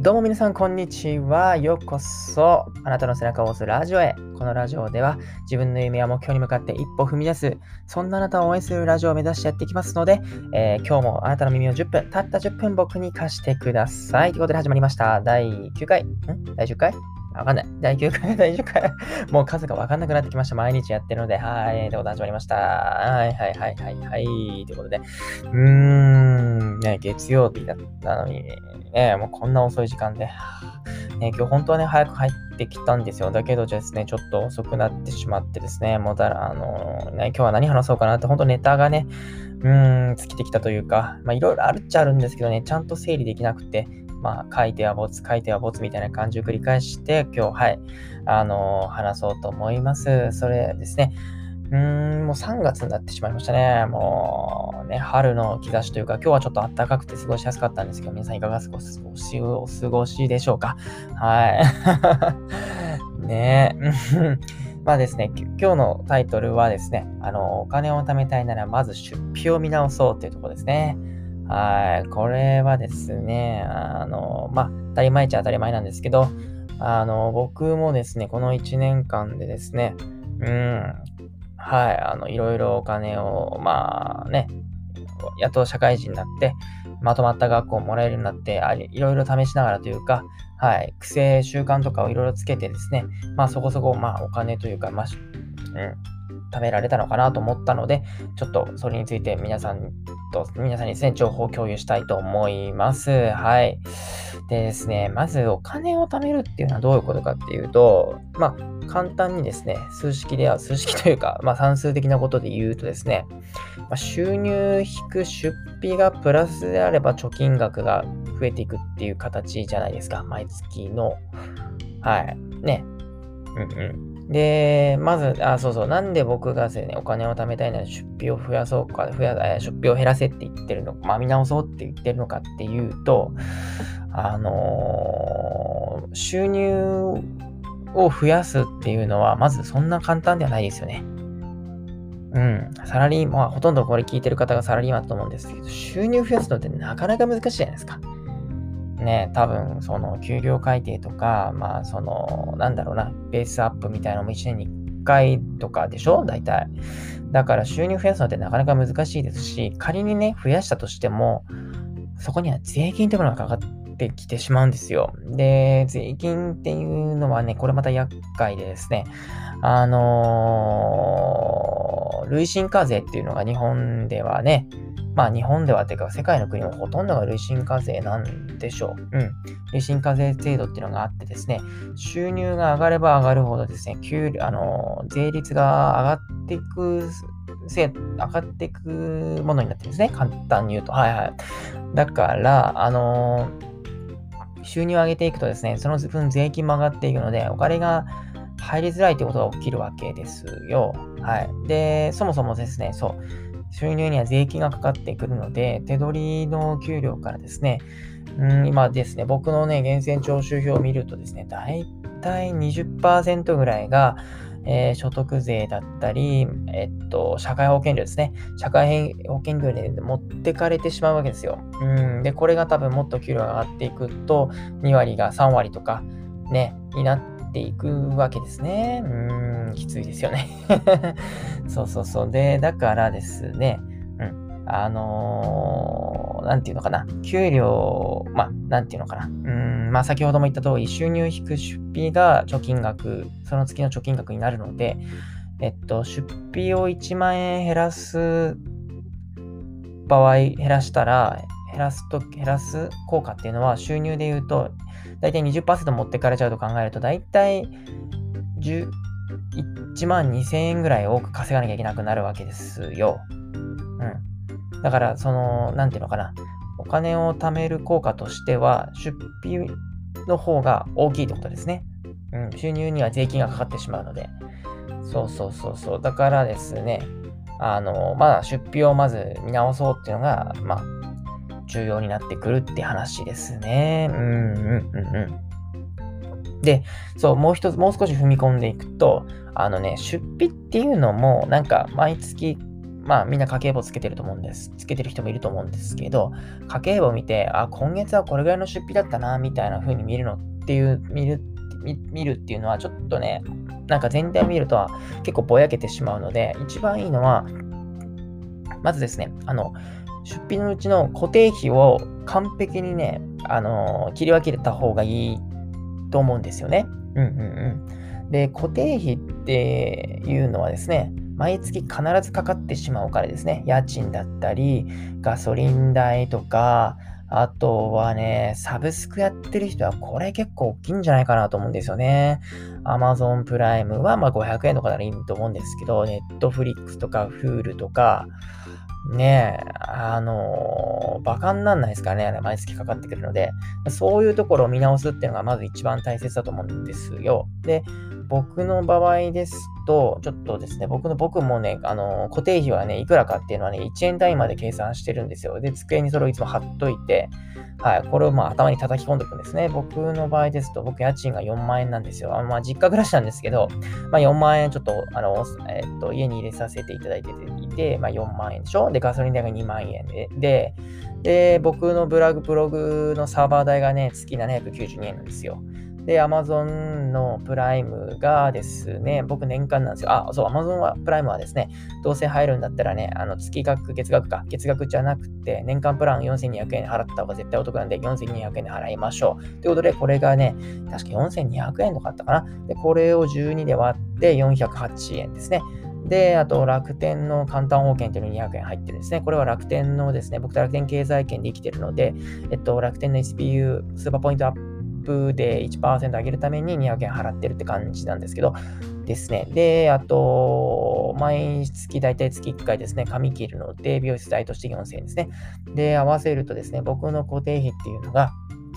どうも皆さんこんにちは。ようこそあなたの背中を押すラジオへ。このラジオでは自分の夢や目標に向かって一歩踏み出す、そんなあなたを応援するラジオを目指してやっていきますので、今日もあなたの耳を10分、たった10分僕に貸してください。ということで始まりました。第9回第10回わかんない。第9回、第10回。もう数がわかんなくなってきました。毎日やってるので、はい。ということで始まりました。はい。ということで。ね、月曜日だったのにね、もうこんな遅い時間で。ね、今日本当はね、早く入ってきたんですよ。だけどですね、ちょっと遅くなってしまってですね、もう今日は何話そうかなって、本当ネタがね、尽きてきたというか、いろいろあるっちゃあるんですけどね、ちゃんと整理できなくて、書いてはボツみたいな感じを繰り返して、今日、話そうと思います。それですね。もう3月になってしまいましたね。もうね、春の兆しというか、今日はちょっと暖かくて過ごしやすかったんですけど、皆さんいかがお過ごしでしょうか。はい。ねですね、今日のタイトルはですね、お金を貯めたいならまず出費を見直そうというところですね。はい。これはですね、当たり前っちゃ当たり前なんですけど、僕もですね、この1年間でですね、いろいろお金を、やっと社会人になって、まとまった額をもらえるようになって、いろいろ試しながらというか、習慣とかをいろいろつけてですね、そこそこ、お金というか、貯められたのかなと思ったので、ちょっとそれについて皆さんにですね、情報を共有したいと思います。はい。でですね、まずお金を貯めるっていうのはどういうことかっていうと、簡単にですね、数式というか、算数的なことで言うとですね、収入引く出費がプラスであれば貯金額が増えていくっていう形じゃないですか、毎月の。ね。で、まず、なんで僕がですね、お金を貯めたいなら出費を出費を減らせって言ってるのか、見直そうって言ってるのかっていうと、収入を増やすっていうのは、まずそんな簡単ではないですよね。ほとんどこれ聞いてる方がサラリーマンだと思うんですけど、収入増やすのってなかなか難しいじゃないですか。ね、多分、給料改定とか、ベースアップみたいなのも1年に1回とかでしょ大体。だから収入増やすのってなかなか難しいですし、仮にね、増やしたとしても、そこには税金というものがかかってきてしまうんですよ。で、税金っていうのはね、これまた厄介でですね、累進課税っていうのが日本ではね、日本ではっていうか世界の国もほとんどが累進課税なんでしょう。累進課税制度っていうのがあってですね、収入が上がれば上がるほどですね、税率が上がっていくものになってるんですね。簡単に言うと。だから、収入を上げていくとですね、その分税金も上がっていくので、お金が入りづらいということが起きるわけですよ。で、そもそもですね、収入には税金がかかってくるので、手取りの給料からですね、今ですね、僕のね、源泉徴収票を見るとですね、だいたい 20% ぐらいが、所得税だったり、社会保険料ですね。社会保険料で持ってかれてしまうわけですよ。で、これが多分もっと給料が上がっていくと、2割が3割とか、ね、になっていくわけですね。きついですよね。で、だからですね、なんていうのかな、給料、先ほども言った通り、収入引く出費が貯金額、その月の貯金額になるので、出費を1万円減らす効果っていうのは、収入で言うと、だいたい 20% 持ってかれちゃうと考えると、だいたい1万2000円ぐらい多く稼がなきゃいけなくなるわけですよ。だから、なんていうのかな、お金を貯める効果としては、出費の方が大きいってことですね。収入には税金がかかってしまうので。だからですね、出費をまず見直そうっていうのが、重要になってくるって話ですね。で、もう少し踏み込んでいくと、出費っていうのも、毎月、 まあみんな家計簿つけてる人もいると思うんですけど、家計簿見て、今月はこれぐらいの出費だったな、みたいな風に見るっていうのはちょっとね、なんか全体を見ると結構ぼやけてしまうので、一番いいのは、まずですね、出費のうちの固定費を完璧にね、切り分けた方がいいと思うんですよね。で、固定費っていうのはですね、毎月必ずかかってしまうからですね、家賃だったり、ガソリン代とか、あとはね、サブスクやってる人はこれ結構大きいんじゃないかなと思うんですよね。Amazon プライムは500円とかならいいと思うんですけど、Netflix とか Hulu とか、ねえ、バカになんないですからね、毎月かかってくるので、そういうところを見直すっていうのがまず一番大切だと思うんですよ。で、僕の場合ですと、ちょっとですね、僕もね、固定費はね、いくらかっていうのはね、1円単位まで計算してるんですよ。で、机にそれをいつも貼っといて、はい、これを頭に叩き込んでいくんですね。僕の場合ですと、僕家賃が4万円なんですよ。実家暮らしなんですけど、4万円ちょっと、家に入れさせていただいていて、4万円でしょ。で、ガソリン代が2万円で、僕のブログのサーバー代がね、月792円なんですよ。で、Amazon のプライムがですね、僕年間なんですよ。そう、Amazon プライムはですね、どうせ入るんだったらね、月額じゃなくて、年間プラン4200円払った方が絶対お得なんで、4200円で払いましょう。ということで、これがね、確か4200円とかあったかな。で、これを12で割って408円ですね。で、あと楽天の簡単保険というのに200円入ってるんですね。これは楽天のですね、僕と楽天経済圏で生きてるので、楽天の SPU、スーパーポイントアップで 1% 上げるために200円払ってるって感じなんですけど、ですね。で、あと、毎月、だいたい月1回ですね、髪切るので、美容室代として4000円ですね。で、合わせるとですね、僕の固定費っていうのが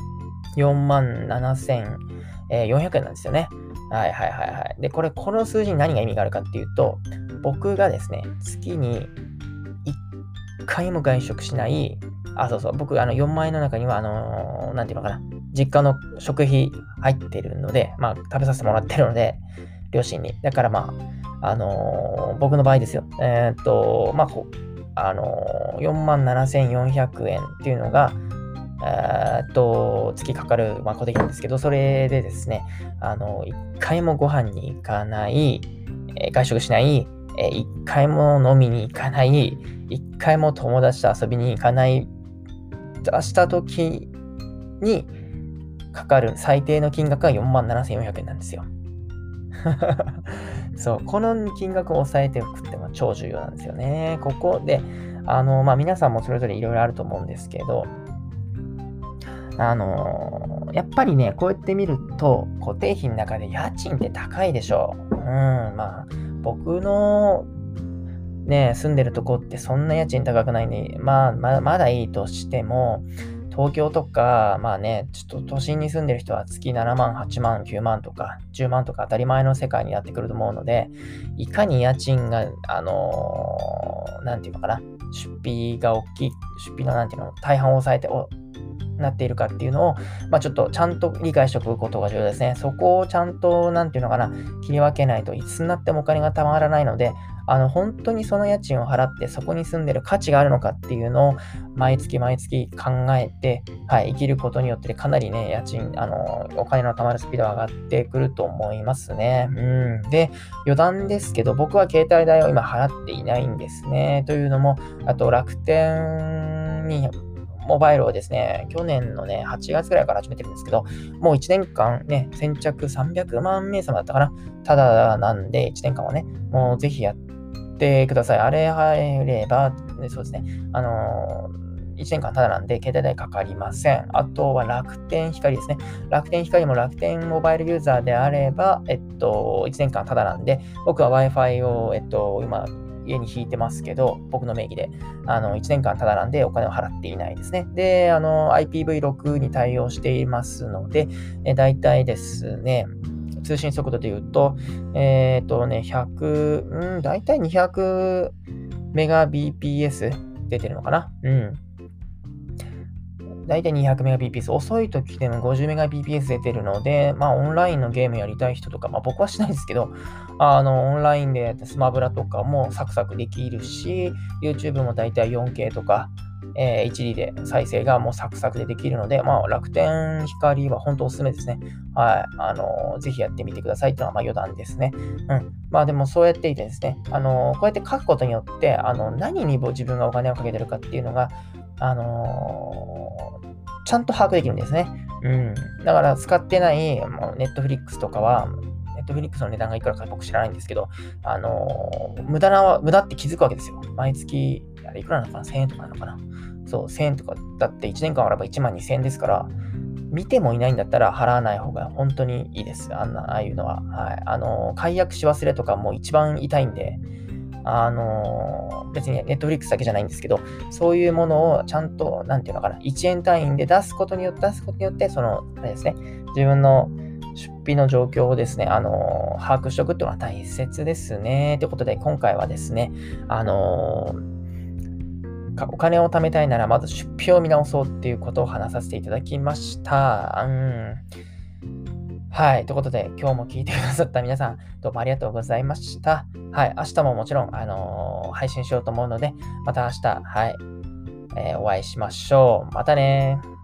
47,400円なんですよね。はい。で、この数字に何が意味があるかっていうと、僕がですね、月に1回も外食しない、僕、4万円の中には、なんていうのかな、実家の食費入ってるので、食べさせてもらってるので、両親に。だから僕の場合ですよ。47,400円っていうのが、月かかる、固定費なんですけど、それでですね、一回もご飯に行かない、外食しない、一回も飲みに行かない、一回も友達と遊びに行かない、出した時にかかる最低の金額が47,400円なんですよ。そう、この金額を抑えておくって超重要なんですよね。ここで、皆さんもそれぞれいろいろあると思うんですけど、やっぱりね、こうやって見ると、固定費の中で家賃って高いでしょ。僕のね、住んでるとこってそんな家賃高くないんで、まだいいとしても、東京とか、ちょっと都心に住んでる人は月7万、8万、9万とか、10万とか当たり前の世界になってくると思うので、いかに家賃が、なんていうのかな、出費が大きい、出費の大半を抑えて、なっているかっていうのを、ちょっとちゃんと理解しておくことが重要ですね。そこをちゃんと、切り分けないといつになってもお金がたまらないので、本当にその家賃を払ってそこに住んでる価値があるのかっていうのを毎月考えて、生きることによってかなりね、お金の貯まるスピードが上がってくると思いますね。で、余談ですけど、僕は携帯代を今払っていないんですね。というのも、あと楽天にモバイルをですね、去年のね、8月ぐらいから始めてるんですけど、もう1年間ね、先着300万名様だったかな。ただなんで、1年間はね、もうぜひやってください。あれ入れば、そうですね、1年間ただなんで、携帯代かかりません。あとは楽天光ですね。楽天光も楽天モバイルユーザーであれば、1年間ただなんで、僕は Wi-Fi を、今、家に引いてますけど、僕の名義で、1年間ただなんでお金を払っていないですね。で、IPv6 に対応していますので、だいたいですね、通信速度で言うと、だいたい200メガ BPS 出てるのかな。 だいたい 200Mbps、遅い時でも 50Mbps 出てるので、オンラインのゲームやりたい人とか、僕はしないですけど、オンラインでスマブラとかもサクサクできるし、YouTube もだいたい 4K とか、1D で再生がもうサクサクでできるので、楽天光は本当おすすめですね。はい。ぜひやってみてくださいというのは余談ですね。でもそうやっていてですね、こうやって書くことによって、何に自分がお金をかけてるかっていうのが、ちゃんと把握できるんですね。だから使ってないNetflix とかは、Netflix の値段がいくらか僕知らないんですけど、無駄って気づくわけですよ。毎月、あれいくらなのかな ?1000 円とかなのかな。そう、1000円とか、だって1年間あれば1万2000円ですから、見てもいないんだったら払わない方が本当にいいです。ああいうのは。はい。解約し忘れとかもう一番痛いんで、別にネットフリックスだけじゃないんですけど、そういうものをちゃんと、1円単位で出すことによって、あれですね、自分の出費の状況をですね、把握しておくっていうのは大切ですね。ということで、今回はですね、お金を貯めたいなら、まず出費を見直そうっていうことを話させていただきました。はい。ということで、今日も聞いてくださった皆さん、どうもありがとうございました。はい。明日ももちろん、配信しようと思うので、また明日、はい、お会いしましょう。またねー。